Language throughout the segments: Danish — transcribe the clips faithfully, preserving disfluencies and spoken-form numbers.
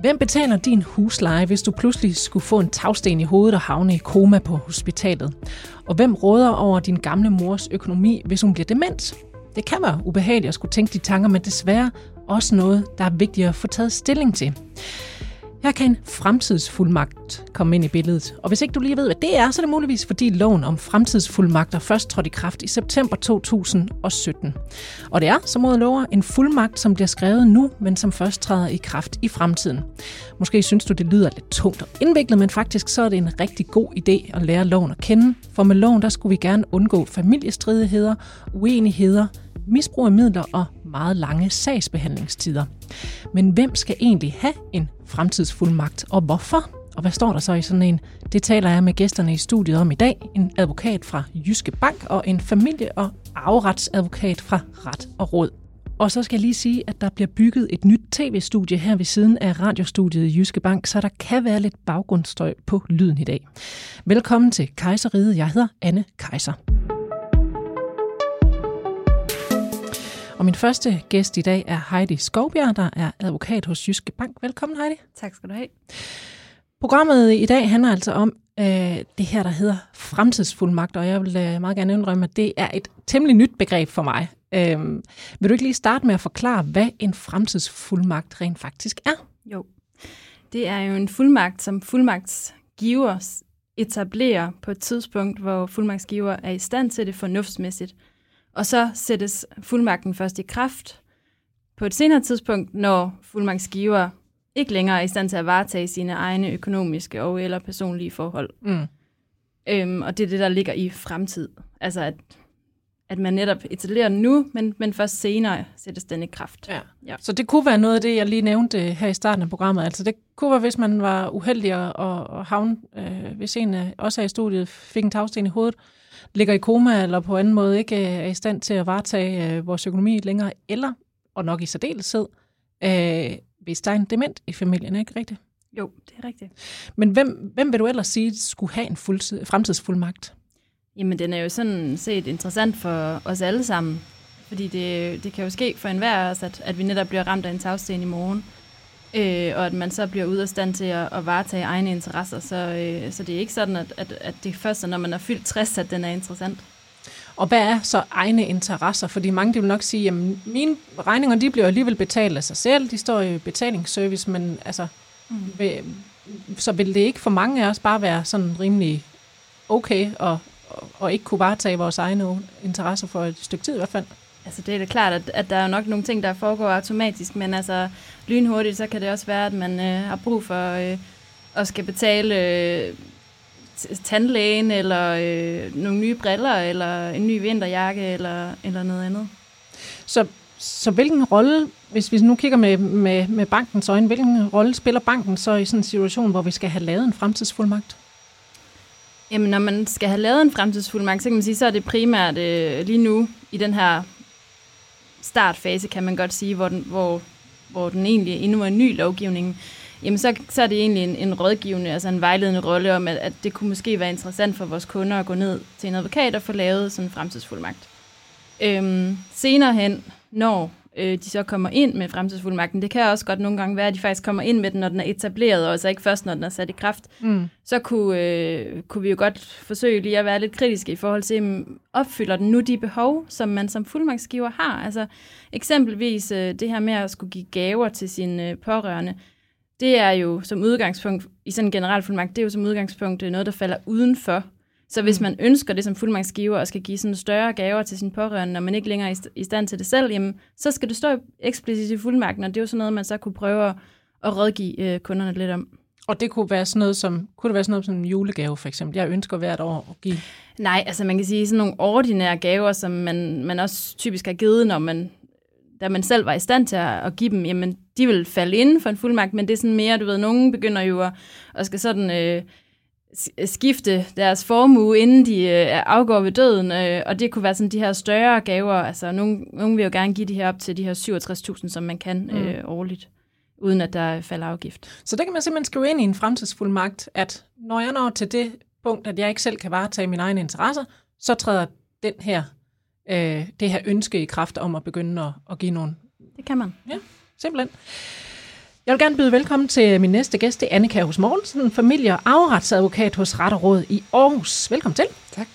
Hvem betaler din husleje, hvis du pludselig skulle få en tagsten i hovedet og havne i koma på hospitalet? Og hvem råder over din gamle mors økonomi, hvis hun bliver dement? Det kan være ubehageligt at skulle tænke de tanker, men desværre også noget, der er vigtigt at få taget stilling til. Her kan en fremtidsfuldmagt komme ind i billedet. Og hvis ikke du lige ved, hvad det er, så er det muligvis fordi loven om fremtidsfuldmagter først trådte i kraft i september to tusind og sytten. Og det er, som mod lover, en fuldmagt, som bliver skrevet nu, men som først træder i kraft i fremtiden. Måske synes du, det lyder lidt tungt og indviklet, men faktisk så er det en rigtig god idé at lære loven at kende. For med loven, der skulle vi gerne undgå familiestridigheder, uenigheder, misbrug af midler og meget lange sagsbehandlingstider. Men hvem skal egentlig have en fremtidsfuldmagt, og hvorfor? Og hvad står der så i sådan en? Det taler jeg med gæsterne i studiet om i dag. En advokat fra Jyske Bank og en familie- og arveretsadvokat fra Ret og Råd. Og så skal jeg lige sige, at der bliver bygget et nyt tv-studie her ved siden af radiostudiet i Jyske Bank, så der kan være lidt baggrundsstøj på lyden i dag. Velkommen til Kejserriget. Jeg hedder Anne Kejser. Og min første gæst i dag er Heidi Skovbjerg, der er advokat hos Jyske Bank. Velkommen, Heidi. Tak skal du have. Programmet i dag handler altså om øh, det her, der hedder fremtidsfuldmagt, og jeg vil øh, meget gerne indrømme, at det er et temmelig nyt begreb for mig. Øh, vil du ikke lige starte med at forklare, hvad en fremtidsfuldmagt rent faktisk er? Jo, det er jo en fuldmagt, som fuldmagtsgiver etablerer på et tidspunkt, hvor fuldmagtsgiver er i stand til det fornuftsmæssigt. Og så sættes fuldmagten først i kraft på et senere tidspunkt, når fuldmagtsgiver ikke længere er i stand til at varetage sine egne økonomiske og eller personlige forhold. Mm. Øhm, og det er det, der ligger i fremtid. Altså, at, at man netop etablerer den nu, men, men først senere sættes den i kraft. Ja. Ja. Så det kunne være noget af det, jeg lige nævnte her i starten af programmet. Altså, det kunne være, hvis man var uheldig at, at havne, øh, hvis en af os her i studiet fik en tagsten i hovedet, ligger i koma eller på anden måde ikke er i stand til at varetage øh, vores økonomi længere, eller, og nok i særdeleshed, øh, hvis der er en dement i familien, ikke rigtigt? Jo, det er rigtigt. Men hvem, hvem vil du ellers sige skulle have en fuldtid, fremtidsfuldmagt? Jamen, den er jo sådan set interessant for os alle sammen, fordi det, det kan jo ske for enhver af os, at, at vi netop bliver ramt af en tagsten i morgen, øh, og at man så bliver ude af stand til at, at varetage egne interesser. Så, øh, så det er ikke sådan, at, at, at det først er, når man er fyldt tres, at den er interessant. Og hvad er så egne interesser? Fordi mange de vil nok sige, at mine regninger de bliver alligevel betalt af sig selv. De står i betalingsservice, men altså, mm. vil, så vil det ikke for mange af os bare være sådan rimelig okay og, og, og ikke kunne varetage vores egne interesser for et stykke tid i hvert fald? Altså det er da klart, at, at der er nok nogle ting, der foregår automatisk, men altså lynhurtigt, så kan det også være, at man øh, har brug for øh, at skal betale øh, tandlægen, eller øh, nogle nye briller, eller en ny vinterjakke, eller, eller noget andet. Så, så hvilken rolle, hvis vi nu kigger med, med, med bankens øjne, hvilken rolle spiller banken så i sådan en situation, hvor vi skal have lavet en fremtidsfuldmagt? Jamen, når man skal have lavet en fremtidsfuldmagt, så kan man sige, så er det primært øh, lige nu i den her startfase, kan man godt sige, hvor den, hvor, hvor den egentlig endnu er en ny lovgivning. Jamen, så, så er det egentlig en, en rådgivende, altså en vejledende rolle om, at, at det kunne måske være interessant for vores kunder at gå ned til en advokat og få lavet sådan en fremtidsfuldmagt. Øhm, senere hen, når øh, de så kommer ind med fremtidsfuldmagten, det kan også godt nogle gange være, at de faktisk kommer ind med den, når den er etableret, og altså ikke først, når den er sat i kraft. Mm. Så kunne, øh, kunne vi jo godt forsøge lige at være lidt kritiske i forhold til, opfylder den nu de behov, som man som fuldmagtsgiver har? Altså eksempelvis øh, det her med at skulle give gaver til sine øh, pårørende, det er jo som udgangspunkt, i sådan en generel fuldmagt, det er jo som udgangspunkt noget, der falder udenfor. Så hvis man ønsker det som fuldmagtsgiver og skal give sådan større gaver til sin pårørende, når man ikke længere er i stand til det selv, jamen, så skal det stå eksplicit i fuldmagten, og det er jo sådan noget, man så kunne prøve at, at rådgive øh, kunderne lidt om. Og det kunne være sådan noget som, kunne det være sådan noget som en julegave for eksempel? Jeg ønsker hvert år at give. Nej, altså man kan sige sådan nogle ordinære gaver, som man, man også typisk har givet, når man, da man selv var i stand til at, at give dem, jamen de vil falde inden for en fuldmagt, men det er sådan mere, du ved, nogen begynder jo at, at skal sådan øh, skifte deres formue, inden de øh, afgår ved døden, øh, og det kunne være sådan de her større gaver, altså nogen, nogen vil jo gerne give de her op til de her syvogtres tusind, som man kan øh, årligt, uden at der falder afgift. Så det kan man simpelthen skrive ind i en fremtidsfuldmagt, at når jeg når til det punkt, at jeg ikke selv kan varetage mine egne interesser, så træder den her, øh, det her ønske i kraft om at begynde at, at give nogen. Det kan man. Ja, simpelthen. Jeg vil gerne byde velkommen til min næste gæst, det er Annika Hus Mortensen, familie- og arveretsadvokat hos Ret og Råd i Aarhus. Velkommen til. Tak.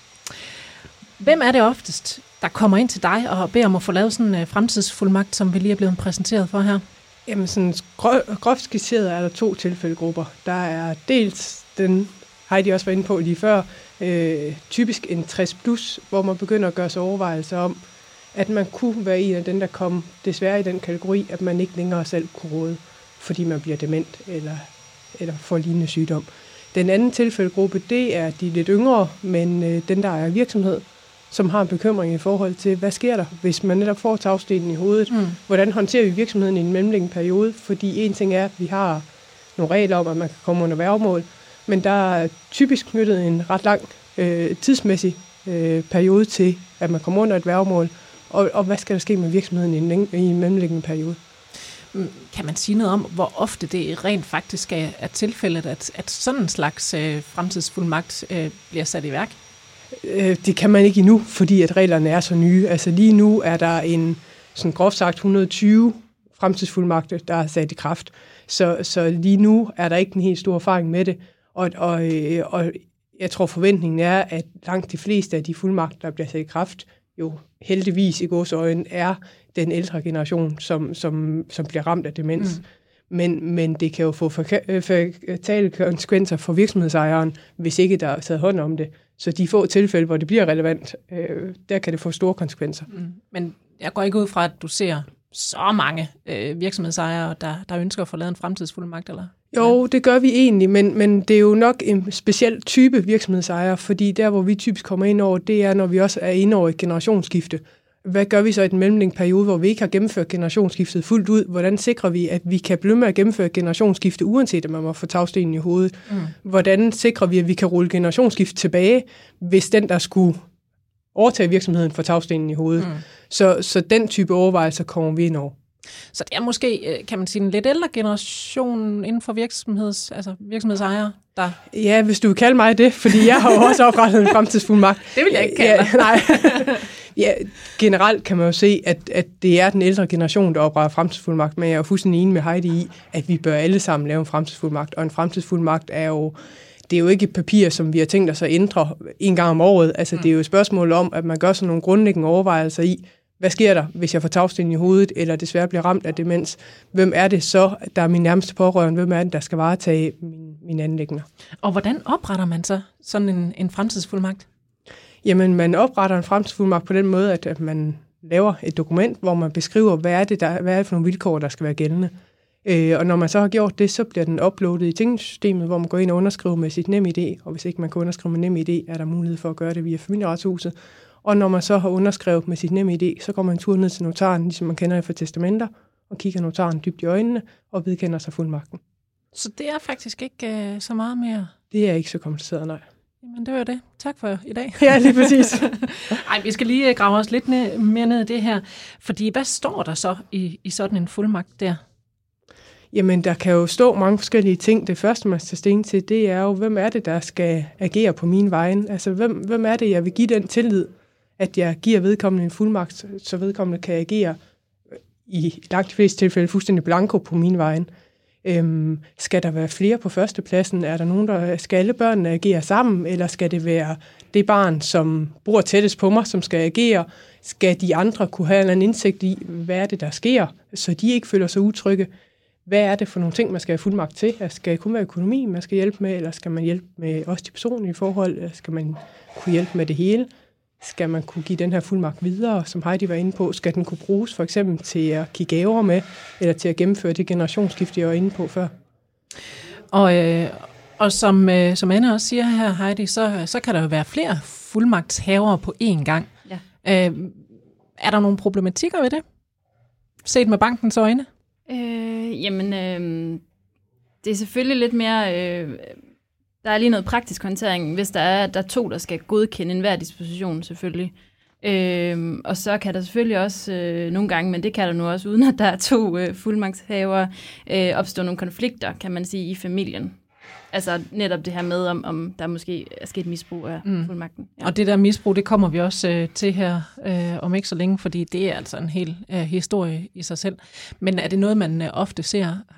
Hvem er det oftest, der kommer ind til dig og beder om at få lavet sådan en fremtidsfuldmagt, som vi lige er blevet præsenteret for her? Jamen sådan groft skitseret er der to tilfældegrupper. Der er dels den, har de også været inde på lige før, øh, typisk en tres plus, hvor man begynder at gøre sig overvejelser om, at man kunne være en af den, der kom desværre i den kategori, at man ikke længere selv kunne råde, fordi man bliver dement eller, eller får lignende sygdom. Den anden tilfældegruppe, det er de lidt yngre, men øh, den, der er virksomhed, som har en bekymring i forhold til, hvad sker der, hvis man netop får tagstenen i hovedet? Mm. Hvordan håndterer vi virksomheden i en mellemliggende periode? Fordi en ting er, at vi har nogle regler om, at man kan komme under værgemål, men der er typisk knyttet en ret lang øh, tidsmæssig øh, periode til, at man kommer under et værgemål, og, og hvad skal der ske med virksomheden i en, i en mellemliggende periode? Kan man sige noget om, hvor ofte det rent faktisk er, er tilfældet, at, at sådan en slags øh, fremtidsfuldmagt øh, bliver sat i værk? Det kan man ikke endnu, fordi at reglerne er så nye. Altså lige nu er der en, sådan groft sagt, et hundrede og tyve fremtidsfuldmagter, der er sat i kraft. Så, så lige nu er der ikke en helt stor erfaring med det. Og, og, og jeg tror, forventningen er, at langt de fleste af de fuldmagter, der bliver sat i kraft, jo heldigvis i gåseøjne er den ældre generation, som, som, som bliver ramt af demens. Mm. Men, men det kan jo få fatale konsekvenser for virksomhedsejeren, hvis ikke der er taget hånd om det. Så de få tilfælde, hvor det bliver relevant, øh, der kan det få store konsekvenser. Mm. Men jeg går ikke ud fra, at du ser så mange øh, virksomhedsejere, der, der ønsker at få lavet en fremtidsfuldmagt, eller? Jo, det gør vi egentlig, men, men det er jo nok en speciel type virksomhedsejere, fordi der, hvor vi typisk kommer ind over, det er, når vi også er inde over et generationsskifte. Hvad gør vi så i den mellemliggende periode, hvor vi ikke har gennemført generationsskiftet fuldt ud? Hvordan sikrer vi, at vi kan blive med at gennemføre generationsskifte, uanset at man må få tagstenen i hovedet? Mm. Hvordan sikrer vi, at vi kan rulle generationsskifte tilbage, hvis den, der skulle overtage virksomheden, får tagstenen i hovedet? Mm. Så, så den type overvejelser kommer vi ind over. Så det er måske, kan man sige, en lidt ældre generation inden for virksomheds, altså virksomhedsejere, der... Ja, hvis du vil kalde mig det, fordi jeg har jo også oprettet en fremtidsfuldmagt. Det vil jeg ikke kalde ja, nej. Ja, generelt kan man jo se, at, at det er den ældre generation, der opretter fremtidsfuldmagt, men jeg er jo fuldstændig enig med Heidi i, at vi bør alle sammen lave en fremtidsfuldmagt, og en fremtidsfuldmagt er jo, det er jo ikke et papir, som vi har tænkt os at ændre en gang om året. Altså, mm. det er jo et spørgsmål om, at man gør sådan nogle grundlæggende overvejelser i, hvad sker der, hvis jeg får tagsten i hovedet, eller desværre bliver ramt af demens? Hvem er det så, der er min nærmeste pårørende? Hvem er det, der skal varetage mine, mine anliggender? Og hvordan opretter man så sådan en, en fremtidsfuldmagt? Jamen, man opretter en fremtidsfuldmagt på den måde, at, at man laver et dokument, hvor man beskriver, hvad er det, der, hvad er det for nogle vilkår, der skal være gældende. Øh, og når man så har gjort det, så bliver den uploadet i tingsystemet, hvor man går ind og underskriver med sit NemID, og hvis ikke man kan underskrive med NemID, er der mulighed for at gøre det via Familieretshuset. Og når man så har underskrevet med sit NemID, så går man en tur ned til notaren, ligesom man kender det fra testamenter, og kigger notaren dybt i øjnene, og vedkender sig fuldmagten. Så det er faktisk ikke øh, så meget mere? Det er ikke så kompliceret, nej. Jamen, det var det. Tak for i dag. Ja, lige præcis. Ej, vi skal lige grave os lidt ned, mere ned i det her. Fordi hvad står der så i, i sådan en fuldmagt der? Jamen, der kan jo stå mange forskellige ting. Det første, man skal stilling til, det er jo, hvem er det, der skal agere på min vegne? Altså, hvem, hvem er det, jeg vil give den tillid, at jeg giver vedkommende en fuldmagt, så vedkommende kan agere i langt de fleste tilfælde fuldstændig blanko på min vegne. Øhm, skal der være flere på førstepladsen? Er der nogen, der skal alle børnene agere sammen? Eller skal det være det barn, som bor tættest på mig, som skal agere? Skal de andre kunne have en eller anden indsigt i, hvad er det, der sker, så de ikke føler sig utrygge? Hvad er det for nogle ting, man skal have fuldmagt til? Skal det kun være økonomi, man skal hjælpe med, eller skal man hjælpe med også de personlige forhold? Skal man kunne hjælpe med det hele? Skal man kunne give den her fuldmagt videre, som Heidi var inde på? Skal den kunne bruges for eksempel til at give gaver med, eller til at gennemføre det generationsskifte, jeg var inde på før? Og, øh, og som, øh, som Anne også siger her, Heidi, så, så kan der jo være flere fuldmagtshavere på én gang. Ja. Øh, er der nogle problematikker ved det? Set med bankens øjne? Øh, jamen, øh, det er selvfølgelig lidt mere... Øh, der er lige noget praktisk håndtering, hvis der er, der er to, der skal godkende enhver disposition selvfølgelig. Øh, og så kan der selvfølgelig også øh, nogle gange, men det kan der nu også, uden at der er to øh, fuldmagtshavere, øh, opstå nogle konflikter, kan man sige, i familien. Altså netop det her med, om, om der måske er sket misbrug af mm. fuldmagten. Ja. Og det der misbrug, det kommer vi også øh, til her øh, om ikke så længe, fordi det er altså en hel øh, historie i sig selv. Men er det noget, man øh, ofte ser, Heidi?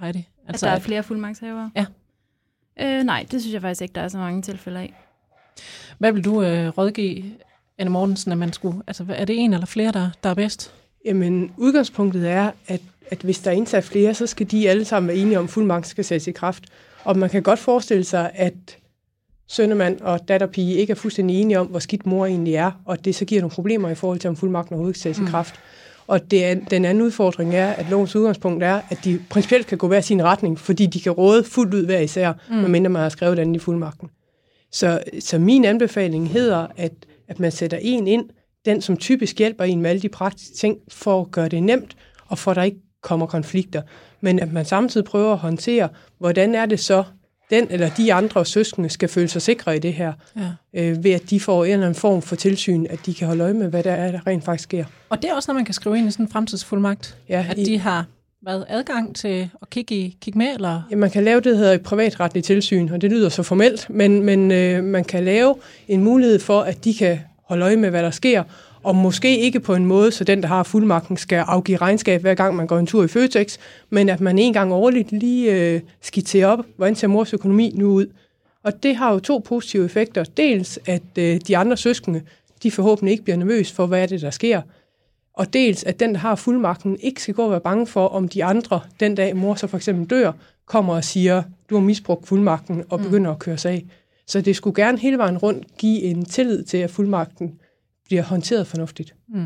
Altså, at der er flere fuldmagtshavere? Ja. Øh, nej, det synes jeg faktisk ikke, der er så mange tilfælde af. Hvad vil du øh, rådgive, Anne Mortensen, at man skulle... Altså, er det en eller flere, der, der er bedst? Jamen, udgangspunktet er, at, at hvis der er indsat flere, så skal de alle sammen være enige om, at fuldmagten skal sættes i kraft. Og man kan godt forestille sig, at sønnemand og datterpige ikke er fuldstændig enige om, hvor skidt mor egentlig er, og det så giver nogle problemer i forhold til, om fuldmagten overhovedet skal sættes mm. i kraft. Og det er, den anden udfordring er, at lovens udgangspunkt er, at de principielt kan gå hver sin retning, fordi de kan råde fuldt ud hver især, mm. medmindre man har skrevet andet i fuldmagten. Så, så min anbefaling hedder, at, at man sætter en ind, den som typisk hjælper en med alle de praktiske ting, for at gøre det nemt, og for at der ikke kommer konflikter. Men at man samtidig prøver at håndtere, hvordan er det så, den eller de andre søskende skal føle sig sikre i det her, ja. øh, ved at de får en eller anden form for tilsyn, at de kan holde øje med, hvad der er, der rent faktisk sker. Og det er også noget, man kan skrive ind i sådan en fremtidsfuldmagt, ja, at i, de har været adgang til at kigge, i, kigge med? Eller? Ja, man kan lave det, der hedder et privatretligt tilsyn, og det lyder så formelt, men, men øh, man kan lave en mulighed for, at de kan holde øje med, hvad der sker, og måske ikke på en måde, så den, der har fuldmagten, skal afgive regnskab, hver gang man går en tur i Føtex, men at man en gang årligt lige øh, skitserer op, hvordan ser mors økonomi nu ud. Og det har jo to positive effekter. Dels, at øh, de andre søskende, de forhåbentlig ikke bliver nervøse for, hvad er det, der sker. Og dels, at den, der har fuldmagten, ikke skal gå og være bange for, om de andre, den dag mor så for eksempel dør, kommer og siger, du har misbrugt fuldmagten, og begynder mm. at køre sig af. Så det skulle gerne hele vejen rundt give en tillid til, at fuldmagten bliver håndteret fornuftigt. Mm.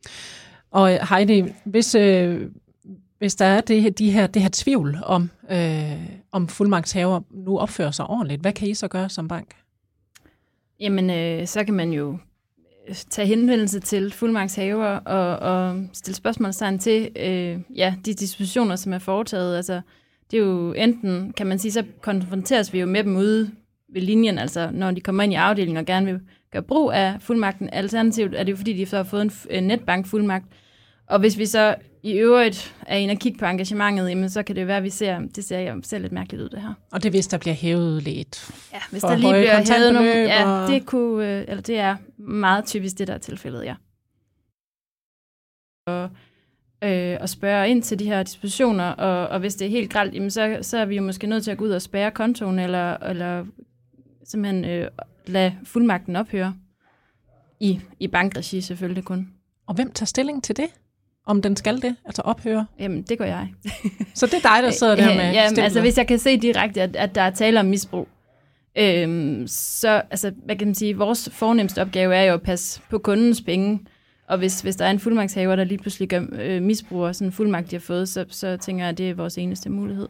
Og Heidi, hvis, øh, hvis der er det, de her, det her tvivl om, øh, om fuldmagtshaver nu opfører sig ordentligt, hvad kan I så gøre som bank? Jamen, øh, så kan man jo tage henvendelse til fuldmagtshaver og, og stille spørgsmålstegn til øh, ja, de dispositioner, som er foretaget. Altså, det er jo enten, kan man sige, så konfronteres vi jo med dem ude ved linjen, altså når de kommer ind i afdelingen og gerne vil gøre brug af fuldmagten. Alternativt er det jo, fordi de så har fået en netbankfuldmagt. Og hvis vi så i øvrigt er inde og kigge på engagementet, jamen, så kan det være, at vi ser, det ser, ser lidt mærkeligt ud, det her. Og det er, hvis der bliver hævet lidt? Ja, hvis der lige bliver hævet nogle... Ja, det, kunne, eller det er meget typisk det, der er tilfældet, ja. Og, øh, og spørge ind til de her dispositioner, og, og hvis det er helt grelt, jamen, så, så er vi jo måske nødt til at gå ud og spærre kontoen, eller, eller simpelthen øh, lade fuldmagten ophøre. I, i bankregi selvfølgelig kun. Og hvem tager stilling til det? Om den skal det, altså ophøre? Jamen, det gør jeg. Så det er dig, der sidder der med ja, jamen, altså hvis jeg kan se direkte, at, at der er tale om misbrug, øhm, så, altså, hvad kan man sige, vores fornemmeste opgave er jo at passe på kundens penge, og hvis, hvis der er en fuldmagtshaver, der lige pludselig gør øh, misbrug af sådan en fuldmagt, de har fået, så, så tænker jeg, at det er vores eneste mulighed.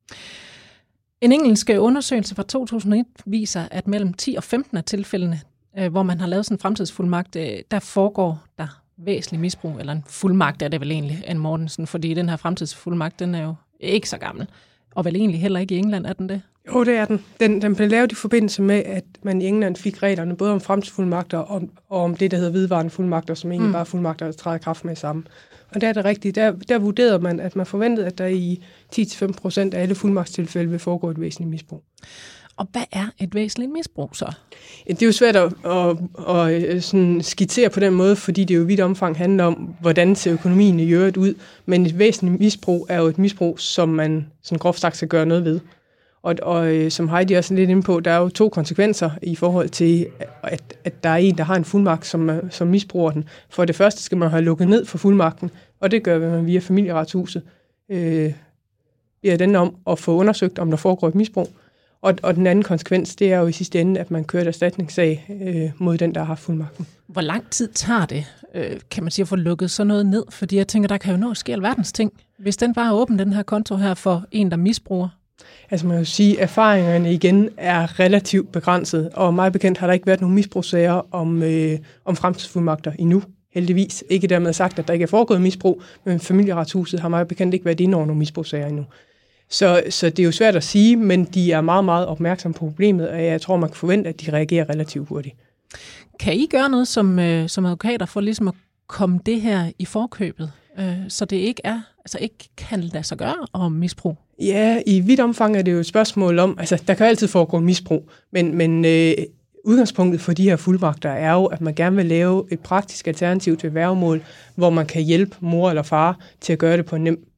En engelsk undersøgelse fra to tusind og et viser, at mellem ti og femten af tilfældene, øh, hvor man har lavet sådan en fremtidsfuldmagt, øh, der foregår der væsentlig misbrug, eller en fuldmagt er det vel egentlig, Anne Mortensen, fordi den her fremtidsfuldmagt, den er jo ikke så gammel, og vel egentlig heller ikke i England, er den det? Jo, det er den. Den, den blev lavet i forbindelse med, at man i England fik reglerne både om fremtidsfuldmagter og om, og om det, der hedder vedvarende fuldmagter, som egentlig mm. bare er fuldmagter, der træder i kraft med sammen. Og der er det rigtigt. Der, der vurderede man, at man forventede, at der i ti til femten procent af alle fuldmagtstilfælde vil foregå et væsentligt misbrug. Og hvad er et væsentligt misbrug så? Det er jo svært at, at, at sådan skitsere på den måde, fordi det jo i vidt omfang handler om, hvordan ser økonomien i øvrigt ud. Men et væsentligt misbrug er jo et misbrug, som man sådan groft sagt skal gøre noget ved. Og, og som Heidi også er lidt inde på, der er jo to konsekvenser i forhold til, at, at der er en, der har en fuldmagt, som, som misbruger den. For det første skal man have lukket ned for fuldmagten, og det gør man via Familieretshuset. Øh, via den om at få undersøgt, om der foregår et misbrug. Og, og den anden konsekvens, det er jo i sidste ende, at man kører et erstatningssag øh, mod den, der har fuldmagten. Hvor lang tid tager det, øh, kan man sige, at få lukket sådan noget ned? Fordi jeg tænker, der kan jo nå at ske alverdens ting. Hvis den bare er åben, den her konto her, for en, der misbruger. Altså man vil sige, at erfaringerne igen er relativt begrænset, og meget bekendt har der ikke været nogen misbrugssager om, øh, om fremtidsfuldmagter endnu. Heldigvis. Ikke dermed sagt, at der ikke er foregået misbrug, men Familieretshuset har meget bekendt ikke været inde over nogle misbrugssager endnu. Så, så det er jo svært at sige, men de er meget, meget opmærksomme på problemet, og jeg tror, man kan forvente, at de reagerer relativt hurtigt. Kan I gøre noget som, øh, som advokater for ligesom at komme det her i forkøbet, øh, så det ikke er, altså ikke kan lade sig gøre om misbrug? Ja, i vidt omfang er det jo et spørgsmål om, altså der kan altid foregå misbrug, men, men øh, udgangspunktet for de her fuldmagter er jo, at man gerne vil lave et praktisk alternativ til værgemål, hvor man kan hjælpe mor eller far til at gøre det på en nem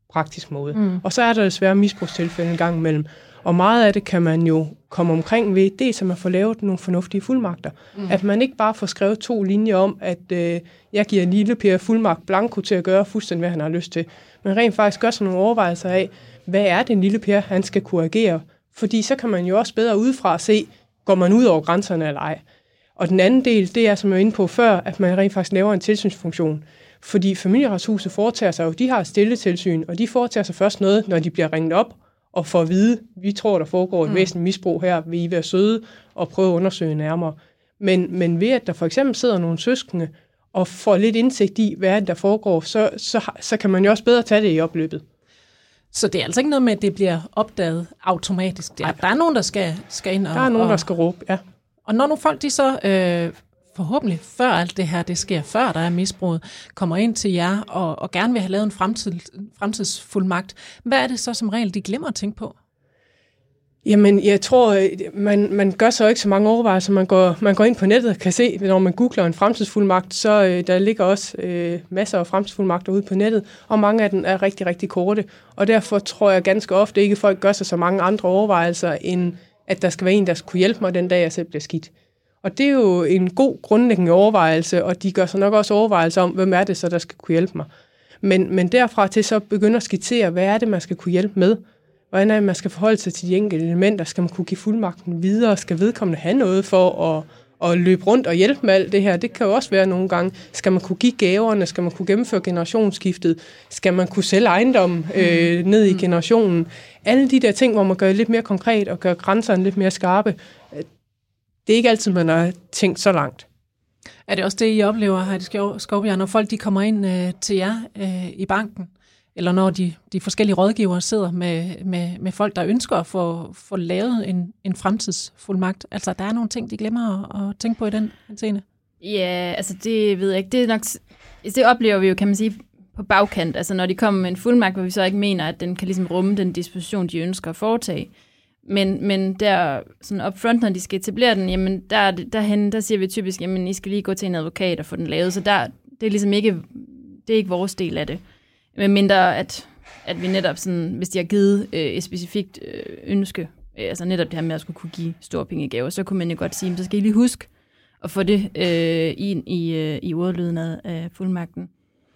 praktisk måde. Mm. Og så er der desværre misbrugstilfælde en gang imellem. Og meget af det kan man jo komme omkring ved, det som at få lavet nogle fornuftige fuldmagter. Mm. At man ikke bare får skrevet to linjer om, at øh, jeg giver lille Per fuldmagt blanko til at gøre fuldstændig, hvad han har lyst til. Men rent faktisk gør sådan nogle overvejelser af, hvad er det lille Per, han skal kunne agere? Fordi så kan man jo også bedre udefra se, går man ud over grænserne eller ej. Og den anden del, det er, som jeg var inde på før, at man rent faktisk laver en tilsynsfunktion. Fordi Familieretshuset foretager sig jo, de har stille tilsyn, og de foretager sig først noget, når de bliver ringet op, og får at vide, vi tror, der foregår et mm. væsentligt misbrug her, vil I være søde og prøve at undersøge nærmere. Men, men ved at der for eksempel sidder nogle søskende, og får lidt indsigt i, hvad der foregår, så, så, så kan man jo også bedre tage det i opløbet. Så det er altså ikke noget med, at det bliver opdaget automatisk? Der, der er nogen, der skal, skal ind og... Der er nogen, og, der skal råbe, ja. Og når nogle folk, de så øh, forhåbentlig, før alt det her, det sker, før der er misbrug, kommer ind til jer og, og gerne vil have lavet en fremtid, fremtidsfuldmagt, hvad er det så som regel, de glemmer at tænke på? Jamen, jeg tror, man, man gør så ikke så mange overvejelser. Man går, man går ind på nettet og kan se, når man googler en fremtidsfuldmagt, så øh, der ligger også øh, masser af fremtidsfuldmagter ude på nettet, og mange af dem er rigtig, rigtig korte. Og derfor tror jeg ganske ofte ikke, at folk gør sig så mange andre overvejelser, end at der skal være en, der skal kunne hjælpe mig den dag, jeg selv bliver skidt. Og det er jo en god grundlæggende overvejelse, og de gør sig nok også overvejelser om, hvem er det så, der skal kunne hjælpe mig. Men, men derfra til så begynder at skitsere, hvad er det, man skal kunne hjælpe med? Hvordan er det, man skal forholde sig til de enkelte elementer? Skal man kunne give fuldmagten videre? Skal vedkommende have noget for at, at løbe rundt og hjælpe med alt det her? Det kan jo også være nogle gange. Skal man kunne give gaverne? Skal man kunne gennemføre generationsskiftet? Skal man kunne sælge ejendommen øh, ned i generationen? Alle de der ting, hvor man gør det lidt mere konkret og gør grænserne lidt mere skarpe, det er ikke altid, man har tænkt så langt. Er det også det, I oplever, Heidi Skovbjerg, når folk de kommer ind øh, til jer øh, i banken? Eller når de, de forskellige rådgivere sidder med, med, med folk, der ønsker at få, få lavet en, en fremtidsfuldmagt? Altså, der er nogle ting, de glemmer at, at tænke på i den scene? Ja, altså det ved jeg ikke. Det, er nok, det oplever vi jo, kan man sige, på bagkant. Altså når de kommer med en fuldmagt, hvor vi så ikke mener, at den kan ligesom rumme den disposition, de ønsker at foretage. Men, men der sådan upfront, når de skal etablere den, jamen der, derhen, der siger vi typisk, jamen I skal lige gå til en advokat og få den lavet. Så der, det er ligesom ikke, det er ikke vores del af det. Men mindre, at, at vi netop sådan, hvis de har givet øh, et specifikt øh, ønske, øh, altså netop det her med at skulle kunne give store pengegaver, så kunne man jo godt sige, så skal I lige huske at få det øh, i, i, øh, i ordlyden af fuldmagten.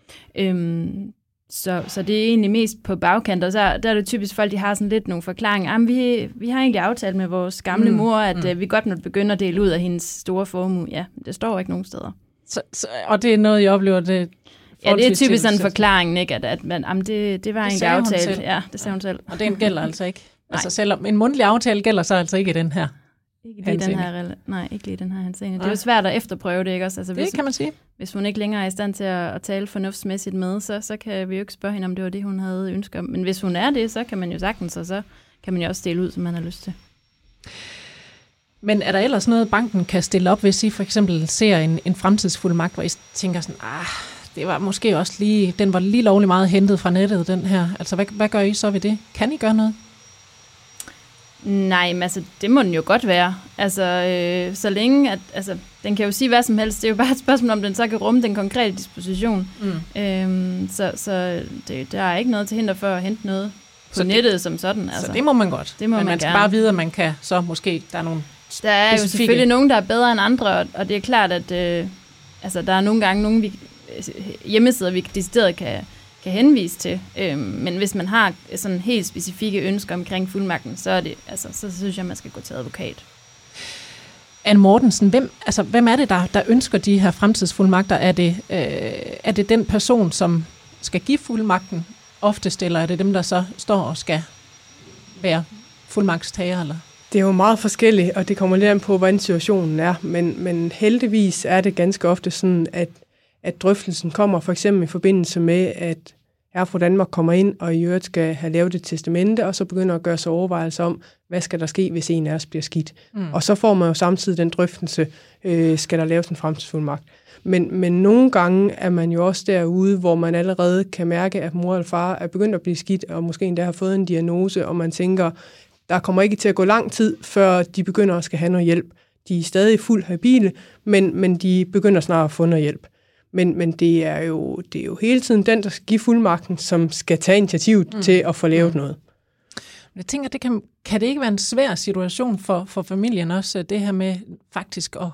Øhm, så, så det er egentlig mest på bagkant, og så der er det typisk folk, de har sådan lidt nogle forklaringer. Jamen, vi, vi har egentlig aftalt med vores gamle mm. mor, at mm. øh, vi godt må begynde at dele ud af hendes store formue. Ja, det står ikke nogen steder. Så, så, og det er noget, jeg oplever, det ja, det er typisk sådan en forklaring, ikke? At, at man, jamen det, det var egentlig aftalt. Ja, det sagde hun selv. Og den gælder altså ikke. Altså selvom en mundtlig aftale gælder så altså ikke i den her. Ikke lige den her, nej, ikke lige den her henseende. Det er jo svært at efterprøve det, ikke også? Altså, det hvis, kan man sige. Hvis hun ikke længere er i stand til at, at tale fornuftsmæssigt med, så, så kan vi jo ikke spørge hende, om det var det, hun havde ønsket om. Men hvis hun er det, så kan man jo sagtens, og så kan man jo også stille ud, som man har lyst til. Men er der ellers noget, banken kan stille op, hvis I for eksempel ser en, en fremtidsfuldmagt, hvor I tænker sådan, ah, det var måske også lige, den var lige lovlig meget hentet fra nettet, den her. Altså, hvad, hvad gør I så ved det? Kan I gøre noget? Nej, men altså, det må den jo godt være. Altså, øh, så længe, at, altså, den kan jo sige hvad som helst. Det er jo bare et spørgsmål, om den så kan rumme den konkrete disposition. Mm. Øhm, så så det, der er ikke noget til hinder for at hente noget på så nettet det, som sådan. Altså. Så det må man godt. Det må men man, man skal gerne. bare vide, at man kan så måske, der er nogle Der er specifikke. Jo selvfølgelig nogen, der er bedre end andre, og, og det er klart, at øh, altså, der er nogle gange nogle vi, hjemmesider, vi decideret kan kan henvise til. Øhm, men hvis man har sådan helt specifikke ønsker omkring fuldmagten, så er det, altså, så synes jeg, man skal gå til advokat. Anne Mortensen, hvem, altså, hvem er det, der, der ønsker de her fremtidsfuldmagter? Er det, øh, er det den person, som skal give fuldmagten oftest, eller er det dem, der så står og skal være fuldmagtstager? Eller? Det er jo meget forskelligt, og det kommer lidt an på, hvordan situationen er. Men, men heldigvis er det ganske ofte sådan, at at drøftelsen kommer for eksempel i forbindelse med, at Herre fra Danmark kommer ind, og i øvrigt skal have lavet et testamente, og så begynder at gøre sig overvejelser om, hvad skal der ske, hvis en af os bliver skidt. Mm. Og så får man jo samtidig den drøftelse, øh, skal der laves en fremtidsfuldmagt. Men, men nogle gange er man jo også derude, hvor man allerede kan mærke, at mor eller far er begyndt at blive skidt, og måske endda har fået en diagnose, og man tænker, der kommer ikke til at gå lang tid, før de begynder at skal have noget hjælp. De er stadig fuldt habile, men, men de begynder snart at få noget hjælp. Men, men det, er jo, det er jo hele tiden den, der skal give fuldmagten, som skal tage initiativet mm. til at få lavet mm. noget. Jeg tænker, det kan, kan det ikke være en svær situation for, for familien også, det her med faktisk at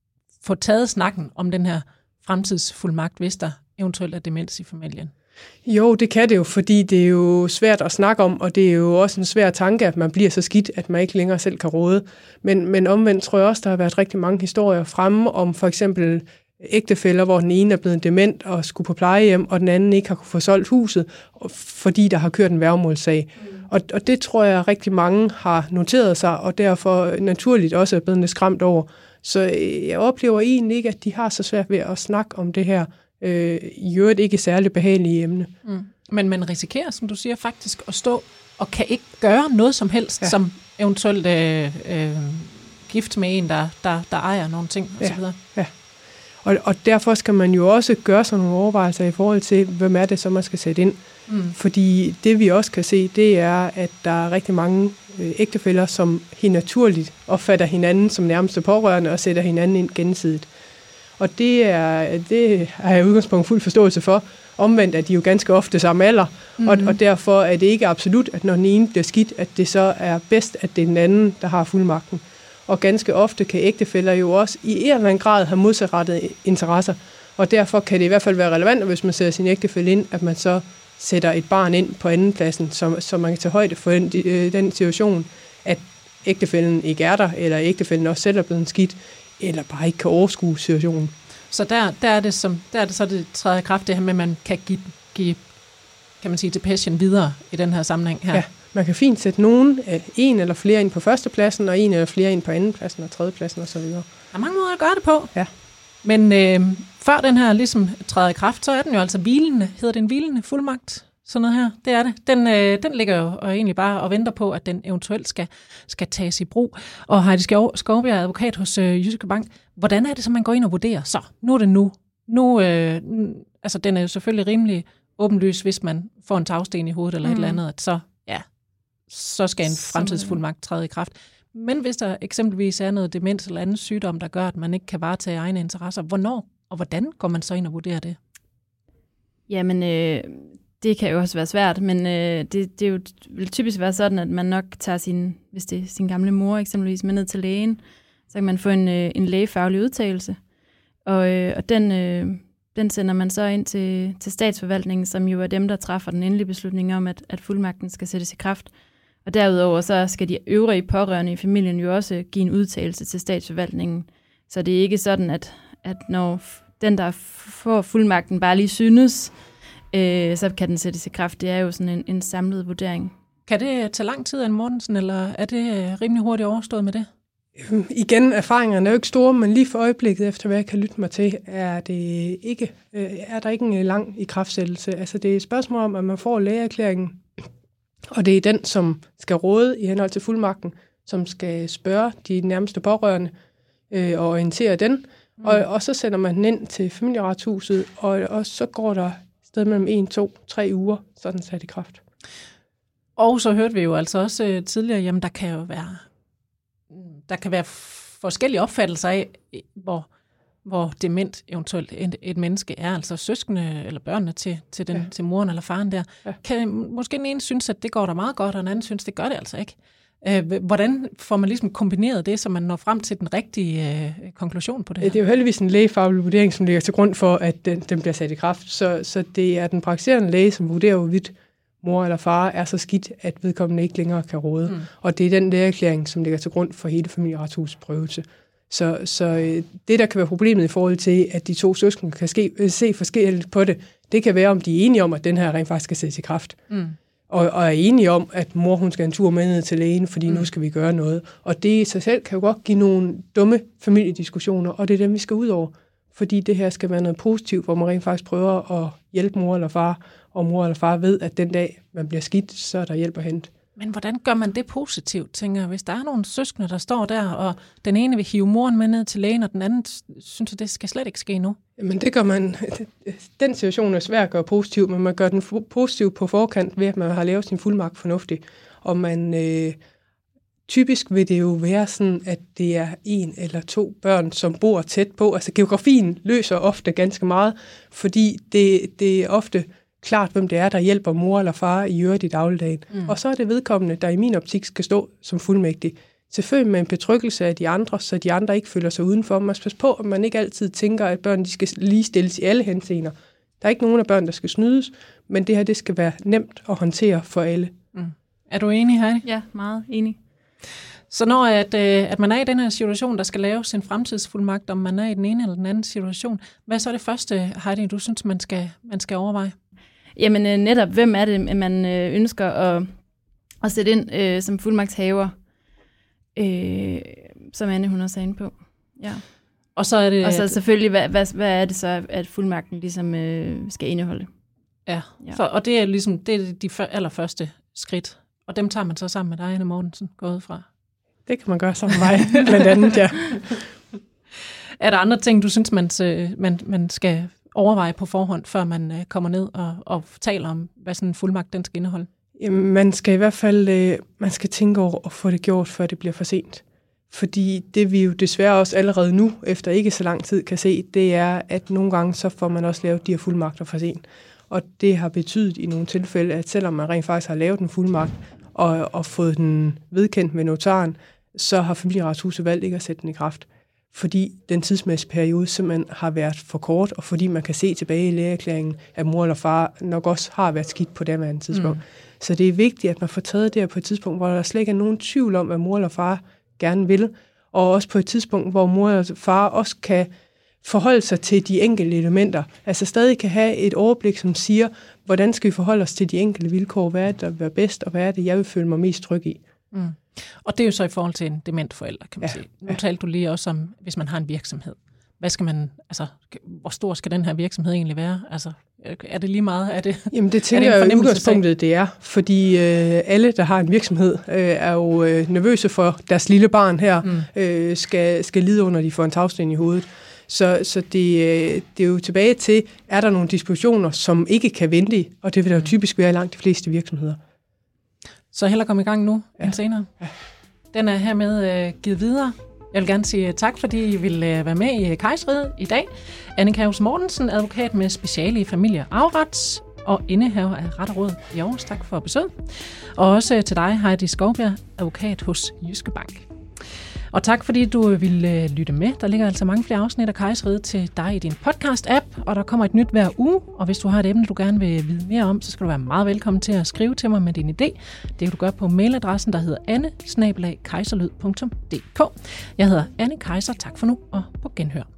få taget snakken om den her fremtidsfuldmagt, hvis der eventuelt er demens i familien? Jo, det kan det jo, fordi det er jo svært at snakke om, og det er jo også en svær tanke, at man bliver så skidt, at man ikke længere selv kan råde. Men, men omvendt tror jeg også, der har været rigtig mange historier fremme om for eksempel ægtefæller, hvor den ene er blevet dement og skulle på plejehjem, og den anden ikke har kunne få solgt huset, fordi der har kørt en værgemålssag. Mm. Og, og det tror jeg rigtig mange har noteret sig, og derfor naturligt også er blevet lidt skræmt over. Så jeg oplever egentlig ikke, at de har så svært ved at snakke om det her, øh, i øvrigt ikke særlig behagelige emne. Mm. Men man risikerer, som du siger, faktisk at stå og kan ikke gøre noget som helst, ja. Som eventuelt øh, øh, gift med en, der, der, der ejer nogle ting osv. Ja. Ja. Og, og derfor skal man jo også gøre sådan nogle overvejelser i forhold til, hvem er det, så man skal sætte ind. Mm. Fordi det vi også kan se, det er, at der er rigtig mange øh, ægtefæller, som helt naturligt opfatter hinanden som nærmeste pårørende og sætter hinanden ind gensidigt. Og det er, det har jeg udgangspunkt fuld forståelse for. Omvendt er de jo ganske ofte samme alder, mm. og, og derfor er det ikke absolut, at når den ene bliver skidt, at det så er bedst, at det er den anden, der har fuldmagten. Og ganske ofte kan ægtefæller jo også i en eller anden grad have modsatrettede interesser, og derfor kan det i hvert fald være relevant, hvis man sætter sin ægtefælle ind, at man så sætter et barn ind på andenpladsen, så, så man kan tage højde for den, den situation, at ægtefællen ikke er der, eller ægtefællen også selv er blevet skidt, eller bare ikke kan overskue situationen. Så der, der, er det som, der er det så det træder i kraft, det her med, at man kan give, give kan man sige, depression videre i den her sammenhæng her. Ja, man kan fint sætte nogen, en eller flere ind på førstepladsen, og en eller flere ind på andenpladsen og tredjepladsen osv. Der er mange måder at gøre det på. Ja. Men øh, før den her ligesom træder i kraft, så er den jo altså hvilende. Hedder det en hvilende fuldmagt? Sådan noget her. Det er det. Den, øh, den ligger jo og egentlig bare og venter på, at den eventuelt skal, skal tages i brug. Og Heidi Skovbjerg, advokat hos øh, Jyske Bank. Hvordan er det så, man går ind og vurderer? Så, nu er det nu. Nu, øh, altså den er jo selvfølgelig rimelig åbenlys, hvis man får en tagsten i hovedet eller mm. et eller andet, at så, ja, så skal en fremtidsfuldmagt træde i kraft. Men hvis der eksempelvis er noget demens eller anden sygdom, der gør, at man ikke kan varetage egne interesser, hvornår og hvordan går man så ind og vurderer det? Jamen, øh, det kan jo også være svært, men øh, det, det er jo, vil typisk være sådan, at man nok tager sin, hvis det er sin gamle mor eksempelvis, med ned til lægen, så kan man få en, øh, en lægefaglig udtalelse, og, øh, og den, øh, den sender man så ind til, til statsforvaltningen, som jo er dem, der træffer den endelige beslutning om, at, at fuldmagten skal sættes i kraft. Og derudover så skal de øvrige pårørende i familien jo også give en udtalelse til statsforvaltningen. Så det er ikke sådan, at, at når den, der får fuldmagten, bare lige synes, øh, så kan den sættes i kraft. Det er jo sådan en, en samlet vurdering. Kan det tage lang tid, Anne Mortensen, eller er det rimelig hurtigt overstået med det? Igen, erfaringerne er jo ikke store, men lige for øjeblikket, efter hvad jeg kan lytte mig til, er, det ikke, er der ikke en lang ikraftsættelse. Altså det er et spørgsmål om, at man får lægeerklæringen, og det er den, som skal råde i henhold til fuldmagten, som skal spørge de nærmeste pårørende øh, og orientere den. Mm. Og, og så sender man den ind til familieretshuset, og, og så går der sted mellem en, to, tre uger, så den sat i kraft. Og så hørte vi jo altså også øh, tidligere, jamen der kan jo være, der kan være forskellige opfattelser af, hvor, hvor dement eventuelt et, et menneske er, altså søskende eller børnene til, til, den, ja. til moren eller faren der. Ja. Kan måske den ene synes, at det går der meget godt, og den anden synes, det gør det altså ikke. Hvordan får man ligesom kombineret det, så man når frem til den rigtige øh, konklusion på det her? Det er jo heldigvis en lægefaglig vurdering, som ligger til grund for, at den, den bliver sat i kraft. Så, så det er den praktiserende læge, som vurderer, hvorvidt mor eller far er så skidt, at vedkommende ikke længere kan råde. Mm. Og det er den lægeerklæring, som ligger til grund for hele familieretshusets prøvelse. Så, så det, der kan være problemet i forhold til, at de to søskende kan ske, se forskelligt på det, det kan være, om de er enige om, at den her rent faktisk skal sættes i kraft. Mm. Og, og er enige om, at mor hun skal en tur med ned til lægen, fordi mm. nu skal vi gøre noget. Og det i sig selv kan jo godt give nogle dumme familiediskussioner, og det er dem, vi skal ud over. Fordi det her skal være noget positivt, hvor man rent faktisk prøver at hjælpe mor eller far, og mor eller far ved, at den dag, man bliver skidt, så er der hjælp at hente. Men hvordan gør man det positivt, tænker jeg? Hvis der er nogle søskende, der står der, og den ene vil hive moren med ned til lægen, og den anden synes, at det skal slet ikke ske nu? Jamen det gør man. Den situation er svær at gøre positiv, men man gør den positiv på forkant ved, at man har lavet sin fuldmagt fornuftigt. Og man, øh, typisk vil det jo være sådan, at det er en eller to børn, som bor tæt på. Altså geografien løser ofte ganske meget, fordi det, det er ofte klart, hvem det er, der hjælper mor eller far i øvrigt i dagligdagen. Mm. Og så er det vedkommende, der i min optik skal stå som fuldmægtig. Selvfølgelig med en betryggelse af de andre, så de andre ikke føler sig udenfor. Man skal passe på, at man ikke altid tænker, at børn de skal ligestilles i alle henseender. Der er ikke nogen af børn, der skal snydes, men det her det skal være nemt at håndtere for alle. Mm. Er du enig, Heidi? Ja, meget enig. Så når at, øh, at man er i den her situation, der skal laves en fremtidsfuldmagt, om man er i den ene eller den anden situation, hvad er så det første, Heidi, du synes, man skal, man skal overveje? Jamen øh, netop, hvem er det, man øh, ønsker at, at sætte ind øh, som fuldmagtshaver, øh, som Anne hun også er inde på. Ja. Og så er det... Og så selvfølgelig, hvad, hvad, hvad er det så, at fuldmagten ligesom øh, skal indeholde? Ja, ja. For, og det er ligesom det er de allerførste skridt, og dem tager man så sammen med dig, Anne Mortensen, gået fra. Det kan man gøre sammen med mig, blandt andet, ja. Er der andre ting, du synes, man, man, man skal overveje på forhånd, før man kommer ned og, og taler om, hvad sådan en fuldmagt den skal indeholde? Jamen, man skal i hvert fald man skal tænke over at få det gjort, før det bliver for sent. Fordi det vi jo desværre også allerede nu, efter ikke så lang tid, kan se, det er, at nogle gange så får man også lavet de her fuldmagter for sent. Og det har betydet i nogle tilfælde, at selvom man rent faktisk har lavet en fuldmagt og, og fået den vedkendt med notaren, så har Familieretshuset valgt ikke at sætte den i kraft. Fordi den tidsmæssige periode simpelthen har været for kort, og fordi man kan se tilbage i lægeerklæringen, at mor eller far nok også har været skidt på det andet tidspunkt. Mm. Så det er vigtigt, at man får taget det her på et tidspunkt, hvor der slet ikke er nogen tvivl om, hvad mor eller far gerne vil, og også på et tidspunkt, hvor mor eller far også kan forholde sig til de enkelte elementer. Altså stadig kan have et overblik, som siger, hvordan skal vi forholde os til de enkelte vilkår, hvad er det, der vil være bedst, og hvad er det, jeg vil føle mig mest tryg i. Mm. Og det er jo så i forhold til en dement forælder, kan man ja, sige. Nu ja. talte du lige også om, hvis man har en virksomhed. Hvad skal man, altså, hvor stor skal den her virksomhed egentlig være? Altså, er det lige meget? Er det, Jamen det tænker jeg jo udgangspunktet, det er. Fordi øh, alle, der har en virksomhed, øh, er jo øh, nervøse for deres lille barn her, mm. øh, skal, skal lide under, de får en tagsten i hovedet. Så, så det, øh, det er jo tilbage til, er der nogle dispositioner, som ikke kan vente, og det vil der jo typisk være i langt de fleste virksomheder. Så hellere komme i gang nu, ja. end senere. Ja. Den er hermed øh, givet videre. Jeg vil gerne sige tak, fordi I ville øh, være med i Kejserriget i dag. Anne Kjærhus Mortensen, advokat med speciale i familie- og arveret, og indehaver af Ret og Råd i Aarhus. Tak for besøget. Og også til dig, Heidi Skovbjerg, advokat hos Jyske Bank. Og tak, fordi du ville lytte med. Der ligger altså mange flere afsnit af Kejserriget til dig i din podcast-app, og der kommer et nyt hver uge. Og hvis du har et emne, du gerne vil vide mere om, så skal du være meget velkommen til at skrive til mig med din idé. Det kan du gøre på mailadressen, der hedder anne bindestreg kejserlyd punktum d k. Jeg hedder Anne Kejser. Tak for nu, og på genhør.